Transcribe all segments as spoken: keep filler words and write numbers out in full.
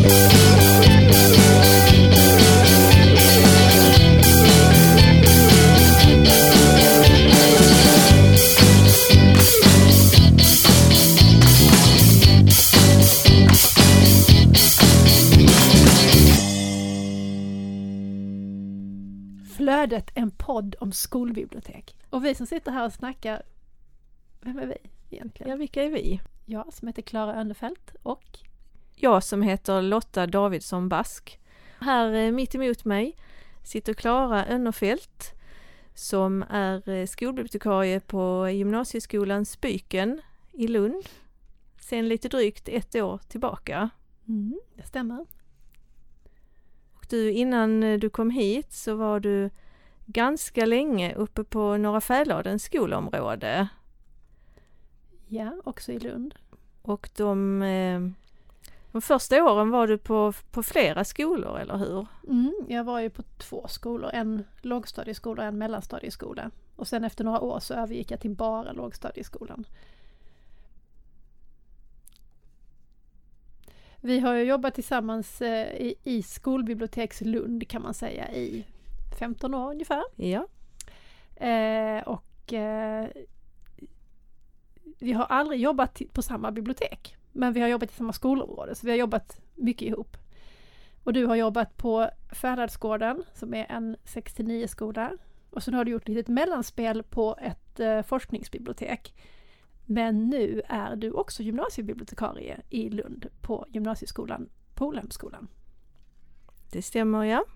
Flödet, en podd om skolbibliotek. Och vi som sitter här och snackar, vem är vi egentligen? Ja, vilka är vi? Jag som heter Klara Önnefelt och jag som heter Lotta Davidsson Bask. Här mitt emot mig sitter Klara Önnefelt som är skolbibliotekarie på gymnasieskolan Spyken i Lund sedan lite drygt ett år tillbaka. Mm, det stämmer. Och du, innan du kom hit så var du ganska länge uppe på Norra Fäladens skolområde. Ja, också i Lund. Och de, de första åren var du på, på flera skolor, eller hur? Mm, jag var ju på två skolor, en lågstadieskola och en mellanstadieskola. Och sen efter några år så övergick jag till bara lågstadieskolan. Vi har ju jobbat tillsammans i, i skolbiblioteks Lund kan man säga i femton år ungefär. Ja. Eh, och eh, vi har aldrig jobbat på samma bibliotek. Men vi har jobbat i samma skolområde så vi har jobbat mycket ihop. Och du har jobbat på Färadsgården som är en sextionio skola. Och sen har du gjort ett litet mellanspel på ett eh, forskningsbibliotek. Men nu är du också gymnasiebibliotekarie i Lund på gymnasieskolan Polhemskolan. Det stämmer, ja.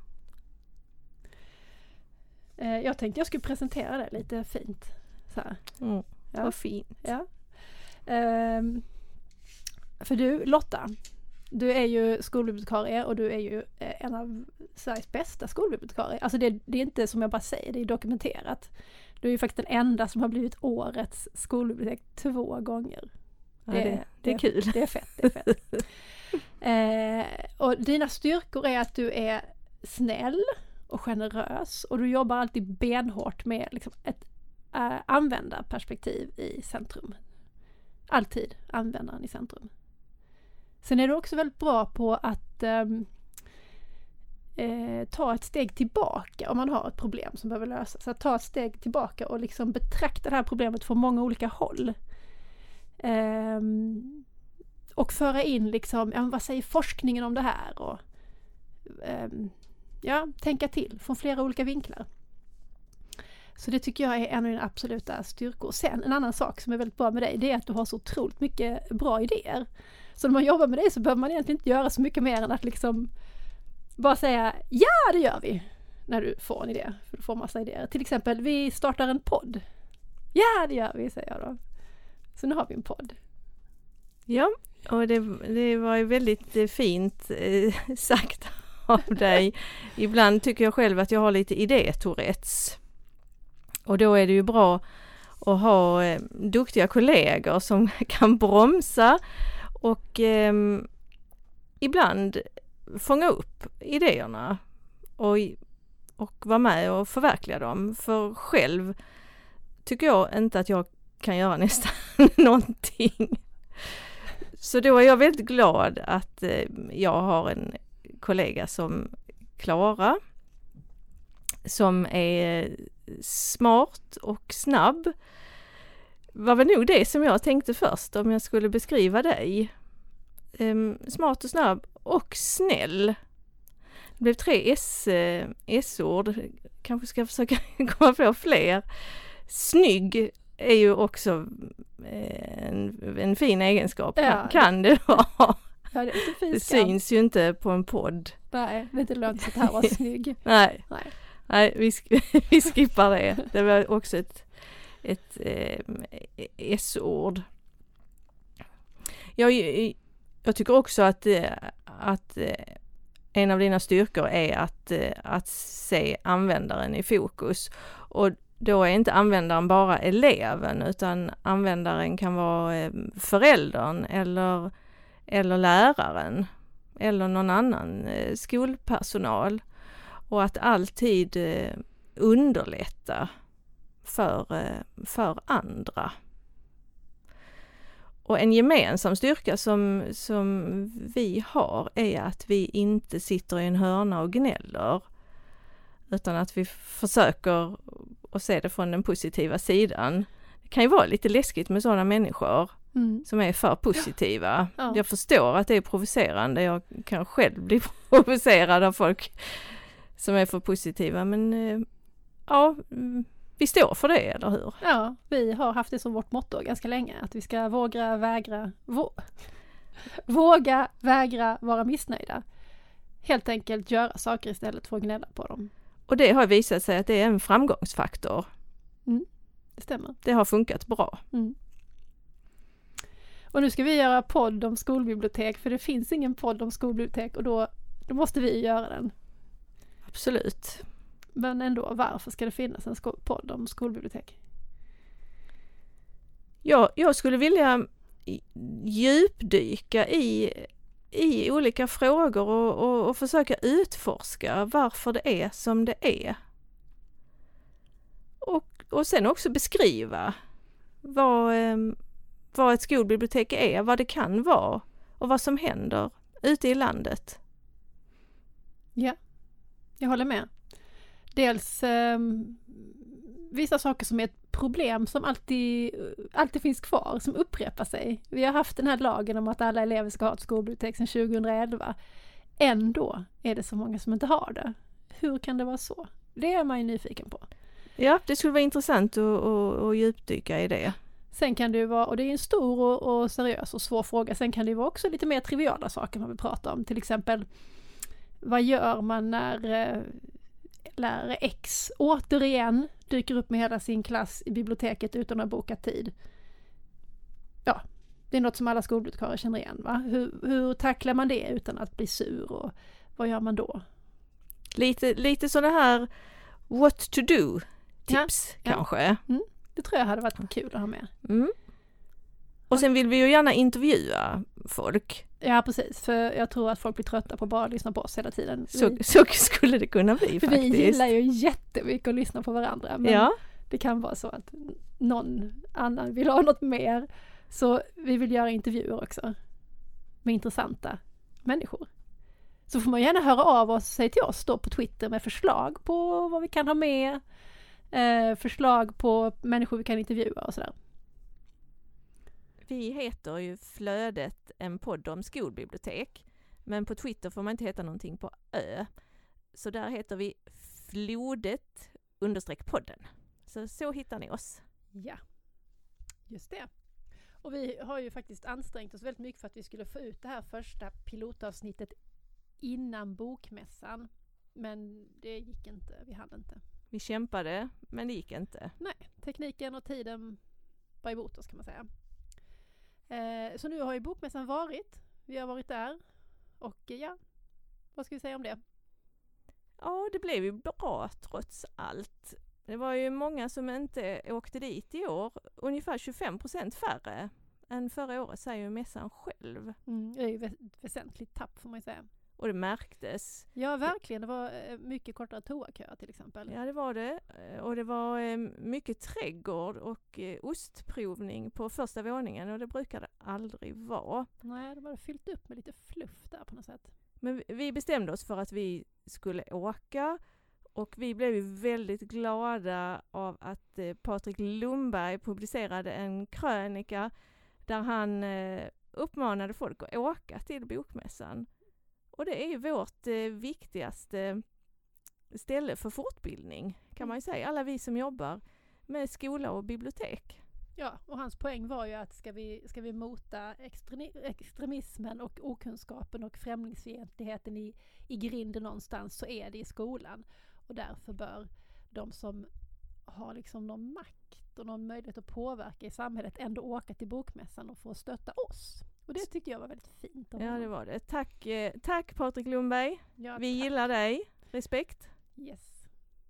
Eh, jag tänkte jag skulle presentera det lite fint. Så här. Mm, ja. vad fint. Ja. Eh, för du, Lotta, du är ju skolbibliotekarie och du är ju eh, en av Sveriges bästa skolbibliotekarier. Alltså det, det är inte som jag bara säger, det är dokumenterat. Du är ju faktiskt den enda som har blivit årets skolbibliotek två gånger. Ja, det, det, det är kul. Det är fett. Det är fett. eh, och dina styrkor är att du är snäll och generös. Och du jobbar alltid benhårt med liksom, ett äh, användarperspektiv i centrum. Alltid användaren i centrum. Sen är du också väldigt bra på att ähm, Eh, ta ett steg tillbaka om man har ett problem som behöver lösas. Så att ta ett steg tillbaka och liksom betrakta det här problemet från många olika håll. Eh, och föra in liksom, ja, vad säger forskningen om det här? Och, eh, ja, tänka till från flera olika vinklar. Så det tycker jag är en av dina absoluta styrkor. Sen en annan sak som är väldigt bra med dig, det är att du har så otroligt mycket bra idéer. Så när man jobbar med dig så behöver man egentligen inte göra så mycket mer än att liksom bara säga, ja det gör vi, när du får en idé. För du får massa idéer. Till exempel, vi startar en podd. Ja det gör vi, säger jag då. Så nu har vi en podd. Ja, och det, det var ju väldigt fint eh, sagt av dig. Ibland tycker jag själv att jag har lite idé-tourettes. Och då är det ju bra att ha eh, duktiga kollegor som kan bromsa och eh, ibland fånga upp idéerna och, och vara med och förverkliga dem. För själv tycker jag inte att jag kan göra nästan någonting. Så då är jag väldigt glad att eh, jag har en kollega som Klara som är smart och snabb. Var väl nog det som jag tänkte först om jag skulle beskriva dig. Um, smart och snabb och snäll. Det blev tre S, S-ord. Kanske ska försöka komma på fler. Snygg är ju också en, en fin egenskap. Ja. Kan, kan det vara? Ja, det, är det syns ju inte på en podd. Nej, det är inte lönt att här vara snygg. Nej, Nej. Nej vi, sk- vi skippar det. Det var också ett, ett eh, S-ord. Jag, jag tycker också att, att en av dina styrkor är att, att se användaren i fokus. Och då är inte användaren bara eleven, utan användaren kan vara föräldern eller, eller läraren eller någon annan skolpersonal. Och att alltid underlätta för, för andra. Och en gemensam styrka som, som vi har är att vi inte sitter i en hörna och gnäller. Utan att vi försöker att se det från den positiva sidan. Det kan ju vara lite läskigt med sådana människor mm. som är för positiva. Ja. Jag förstår att det är provocerande. Jag kan själv bli provocerad av folk som är för positiva. Men ja, vi står för det, eller hur? Ja, vi har haft det som vårt motto ganska länge. Att vi ska våga, vägra, vå- våga, vägra vara missnöjda. Helt enkelt göra saker istället för att gnälla på dem. Och det har visat sig att det är en framgångsfaktor. Mm, det stämmer. Det har funkat bra. Mm. Och nu ska vi göra podd om skolbibliotek, för det finns ingen podd om skolbibliotek och då, då måste vi göra den. Absolut. Men ändå, varför ska det finnas en sko- podd om skolbibliotek? Ja, jag skulle vilja djupdyka i, i olika frågor och, och, och försöka utforska varför det är som det är. Och, och sen också beskriva vad, vad ett skolbibliotek är, vad det kan vara och vad som händer ute i landet. Ja, jag håller med. Dels eh, vissa saker som är ett problem som alltid, alltid finns kvar, som upprepar sig. Vi har haft den här lagen om att alla elever ska ha ett skolbibliotek sedan tjugohundraelva. Ändå är det så många som inte har det. Hur kan det vara så? Det är man ju nyfiken på. Ja, det skulle vara intressant att, att, att djupdyka i det. Sen kan det ju vara, och det är en stor och, och seriös och svår fråga, sen kan det ju vara också lite mer triviala saker man vill prata om. Till exempel, vad gör man när eh, lärare X återigen dyker upp med hela sin klass i biblioteket utan att ha bokat tid? Ja, det är något som alla skolbibliotekarier känner igen, va? Hur, hur tacklar man det utan att bli sur, och vad gör man då? Lite, lite sådana här what to do tips ja, kanske. Ja. Mm, det tror jag hade varit kul att ha med. Mm. Och sen vill vi ju gärna intervjua folk. Ja, precis. För jag tror att folk blir trötta på att bara lyssna på oss hela tiden. Så, vi, så skulle det kunna bli faktiskt. Vi gillar ju jättemycket att lyssna på varandra. Men ja. det kan vara så att någon annan vill ha något mer. Så vi vill göra intervjuer också. Med intressanta människor. Så får man gärna höra av oss, säg till oss då på Twitter med förslag på vad vi kan ha med. Eh, förslag på människor vi kan intervjua och sådär. Vi heter ju Flödet, en podd om skolbibliotek. Men på Twitter får man inte heta någonting på ö. Så där heter vi Flodet understreck podden. Så så hittar ni oss. Ja, just det. Och vi har ju faktiskt ansträngt oss väldigt mycket för att vi skulle få ut det här första pilotavsnittet innan bokmässan. Men det gick inte, vi hann inte. Vi kämpade, men det gick inte. Nej, tekniken och tiden var emot oss, kan man säga. Eh, så nu har ju bokmässan varit. Vi har varit där. Och ja, vad ska vi säga om det? Ja, det blev ju bra trots allt. Det var ju många som inte åkte dit i år. Ungefär tjugofem procent färre än förra året, säger ju mässan själv. Mm, det är ju vä- väsentligt tapp, får man ju säga. Och det märktes. Ja, verkligen. Det var mycket kortare toaköer till exempel. Ja, det var det. Och det var mycket trädgård och ostprovning på första våningen. Och det brukade aldrig vara. Nej, det var fyllt upp med lite fluff där på något sätt. Men vi bestämde oss för att vi skulle åka. Och vi blev ju väldigt glada av att Patrik Lundberg publicerade en krönika där han uppmanade folk att åka till bokmässan. Och det är ju vårt eh, viktigaste ställe för fortbildning, kan man ju säga. Alla vi som jobbar med skola och bibliotek. Ja, och hans poäng var ju att ska vi, ska vi mota extremi- extremismen och okunskapen och främlingsfientligheten i, i grinden någonstans, så är det i skolan. Och därför bör de som har liksom någon makt och någon möjlighet att påverka i samhället ändå åka till bokmässan och få stötta oss. Och det tyckte jag var väldigt fint. Ja, det var det. Tack, eh, tack Patrik Lundberg. Ja, vi tack. Gillar dig. Respekt. Yes.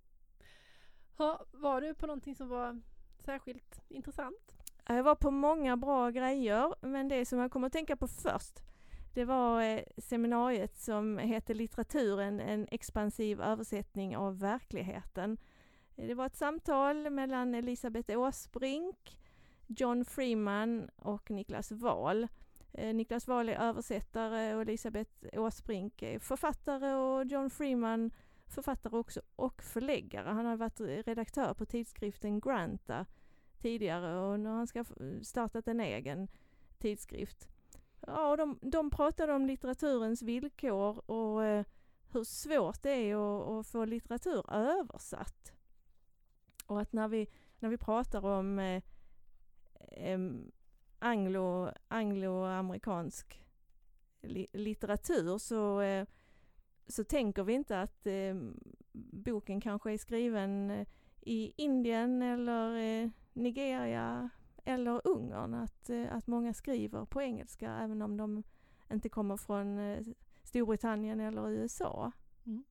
Ha, var du på någonting som var särskilt intressant? Jag var på många bra grejer, men det som jag kommer att tänka på först, det var eh, seminariet som heter Litteraturen, en expansiv översättning av verkligheten. Det var ett samtal mellan Elisabeth Åsbrink, John Freeman och Niklas Wahl. Eh, Niklas Wahl är översättare och Elisabeth Åsbrink är författare och John Freeman författare också och förläggare. Han har varit redaktör på tidskriften Granta tidigare och nu har han ska startat en egen tidskrift. Ja, de, de pratade om litteraturens villkor och eh, hur svårt det är att, att få litteratur översatt. Och att när vi, när vi pratar om eh, eh, anglo, angloamerikansk li, litteratur så, eh, så tänker vi inte att eh, boken kanske är skriven eh, i Indien eller eh, Nigeria eller Ungern. Att, eh, att många skriver på engelska även om de inte kommer från eh, Storbritannien eller U S A. Mm.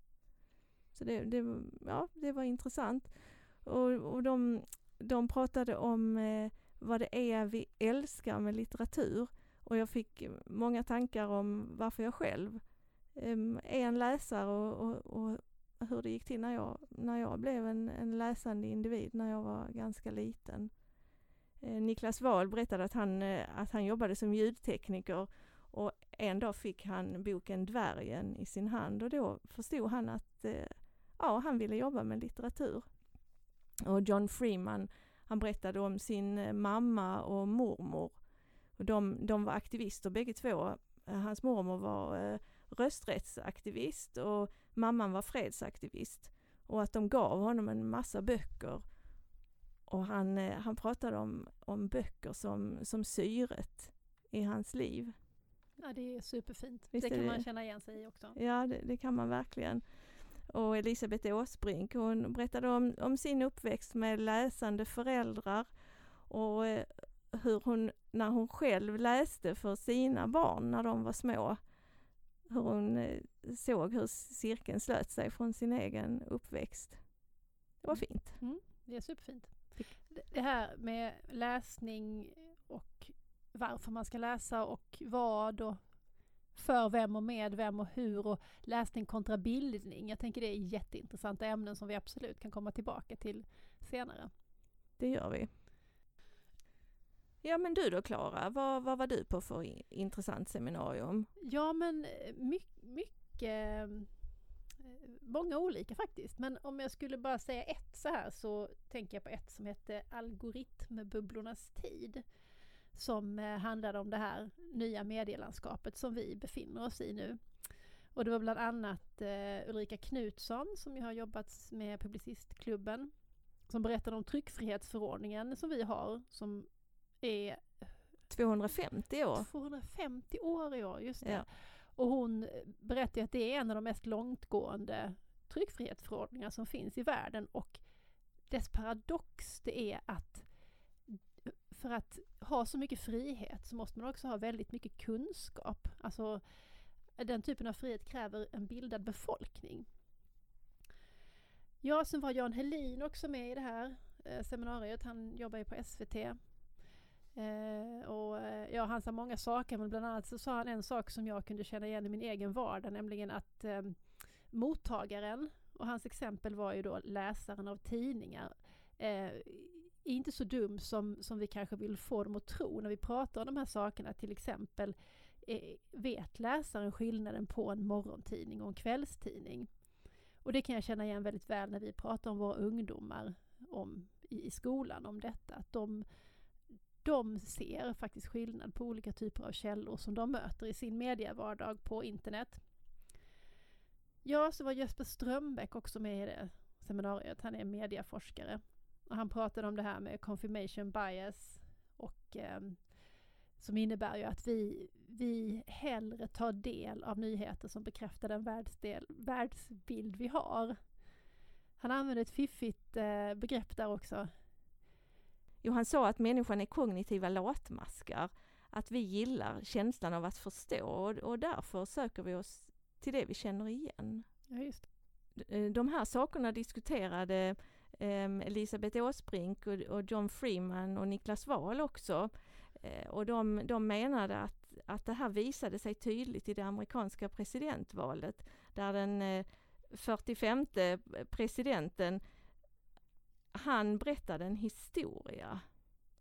Så det, det, ja, det var intressant. Och, och de, de pratade om eh, vad det är vi älskar med litteratur. Och jag fick många tankar om varför jag själv eh, är en läsare och, och, och hur det gick till när jag, när jag blev en, en läsande individ när jag var ganska liten. Eh, Niklas Wahl berättade att han, eh, att han jobbade som ljudtekniker och en dag fick han boken Dvärgen i sin hand och då förstod han att eh, ja, han ville jobba med litteratur. Och John Freeman, han berättade om sin mamma och mormor. Och de, de var aktivister bägge två. Hans mormor var eh, rösträttsaktivist och mamman var fredsaktivist. Och att de gav honom en massa böcker. Och han, eh, han pratade om, om böcker som, som syret i hans liv. Ja, det är superfint. Visst det kan det? Man känna igen sig i också. Ja, det, det kan man verkligen. Och Elisabeth Åsbrink, hon berättade om, om sin uppväxt med läsande föräldrar och eh, hur hon, när hon själv läste för sina barn när de var små, hur hon eh, såg hur cirkeln slöt sig från sin egen uppväxt. Det var fint. Mm, det är superfint. Det här med läsning och varför man ska läsa och vad och för vem och med vem och hur och läsning kontra bildning. Jag tänker det är jätteintressanta ämnen som vi absolut kan komma tillbaka till senare. Det gör vi. Ja men du då Klara, vad, vad var du på för intressant seminarium? Ja men mycket, mycket många olika faktiskt. Men om jag skulle bara säga ett så här så tänker jag på ett som heter Algoritmbubblornas tid. Som eh, handlade om det här nya medielandskapet som vi befinner oss i nu. Och det var bland annat eh, Ulrika Knutsson som jag har jobbat med Publicistklubben som berättade om tryckfrihetsförordningen som vi har som är tvåhundrafemtio år. tvåhundrafemtio år i år, just det. Ja. Och hon berättade att det är en av de mest långtgående tryckfrihetsförordningar som finns i världen och dess paradox det är att för att ha så mycket frihet så måste man också ha väldigt mycket kunskap. Alltså den typen av frihet kräver en bildad befolkning. Ja, sen var Jan Helin också med i det här eh, seminariet. Han jobbar ju på S V T. Eh, och ja, han sa många saker, men bland annat så sa han en sak som jag kunde känna igen i min egen vardag, nämligen att eh, mottagaren, och hans exempel var ju då läsaren av tidningar, eh, är inte så dum som, som vi kanske vill få dem att tro när vi pratar om de här sakerna. Till exempel eh, vet läsaren skillnaden på en morgontidning och en kvällstidning. Och det kan jag känna igen väldigt väl när vi pratar om våra ungdomar om, i, i skolan om detta. Att de, de ser faktiskt skillnad på olika typer av källor som de möter i sin medievardag på internet. Ja, så var Jesper Strömbäck också med i det seminariet. Han är medieforskare. Och han pratade om det här med confirmation bias och eh, som innebär ju att vi, vi hellre tar del av nyheter som bekräftar den världsdel, världsbild vi har. Han använde ett fiffigt eh, begrepp där också. Jo, han sa att människan är kognitiva latmaskar. Att vi gillar känslan av att förstå och, och därför söker vi oss till det vi känner igen. Ja, just. De här sakerna diskuterade eh, Elisabeth Åsbrink och, och John Freeman och Niklas Wahl också. Eh, och de, de menade att, att det här visade sig tydligt i det amerikanska presidentvalet. Där den eh, fyrtiofemte presidenten, han berättade en historia.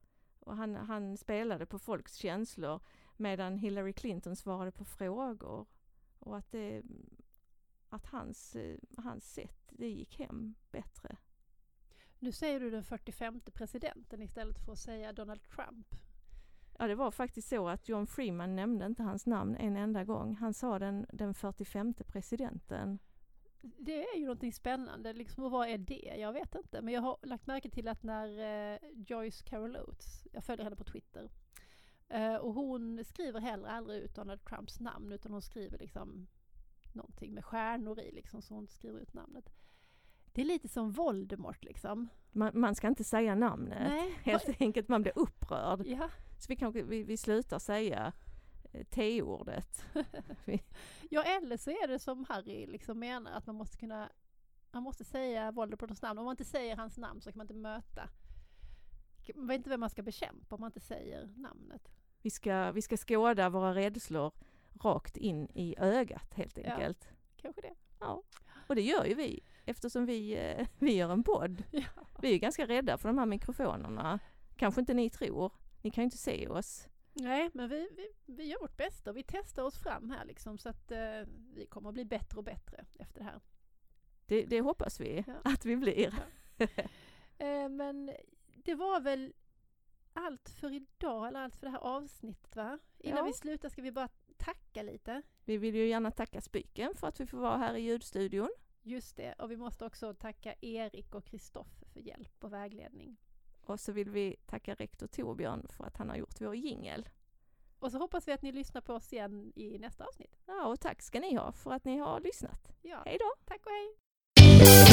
Och han, han spelade på folks känslor medan Hillary Clinton svarade på frågor. Och att, det, att hans, hans sätt, det gick hem bättre. Nu säger du den fyrtiofemte presidenten istället för att säga Donald Trump. Ja, det var faktiskt så att John Freeman nämnde inte hans namn en enda gång. Han sa den, den fyrtiofemte presidenten. Det är ju någonting spännande. Liksom, och vad är det? Jag vet inte. Men jag har lagt märke till att när eh, Joyce Carol Oates, jag följer henne på Twitter, eh, och hon skriver heller aldrig ut Donald Trumps namn, utan hon skriver liksom någonting med stjärnor i, liksom, så hon skriver ut namnet. Det är lite som Voldemort liksom. Man, man ska inte säga namnet. Nej. Helt Va- enkelt, man blir upprörd. Ja. Så vi, kan, vi, vi slutar säga T-ordet. Ja, eller så är det som Harry liksom menar, att man måste kunna, man måste säga Voldemorts namn. Om man inte säger hans namn så kan man inte möta. Man vet inte vem man ska bekämpa om man inte säger namnet. Vi ska, vi ska skåda våra rädslor rakt in i ögat helt enkelt. Ja, kanske det. Ja, och det gör ju vi eftersom vi, eh, vi gör en podd. Ja. Vi är ganska rädda för de här mikrofonerna. Kanske inte ni tror. Ni kan ju inte se oss. Nej, men vi, vi, vi gör vårt bästa. Vi testar oss fram här liksom, så att eh, vi kommer att bli bättre och bättre efter det här. Det, det hoppas vi ja. att vi blir. Ja. eh, men det var väl allt för idag, eller allt för det här avsnittet, va? Innan ja. vi slutar ska vi bara tacka lite. Vi vill ju gärna tacka Spiken för att vi får vara här i ljudstudion. Just det, och vi måste också tacka Erik och Kristoffer för hjälp och vägledning. Och så vill vi tacka rektor Torbjörn för att han har gjort vår jingle. Och så hoppas vi att ni lyssnar på oss igen i nästa avsnitt. Ja, och tack ska ni ha för att ni har lyssnat. Ja. Hej då! Tack och hej!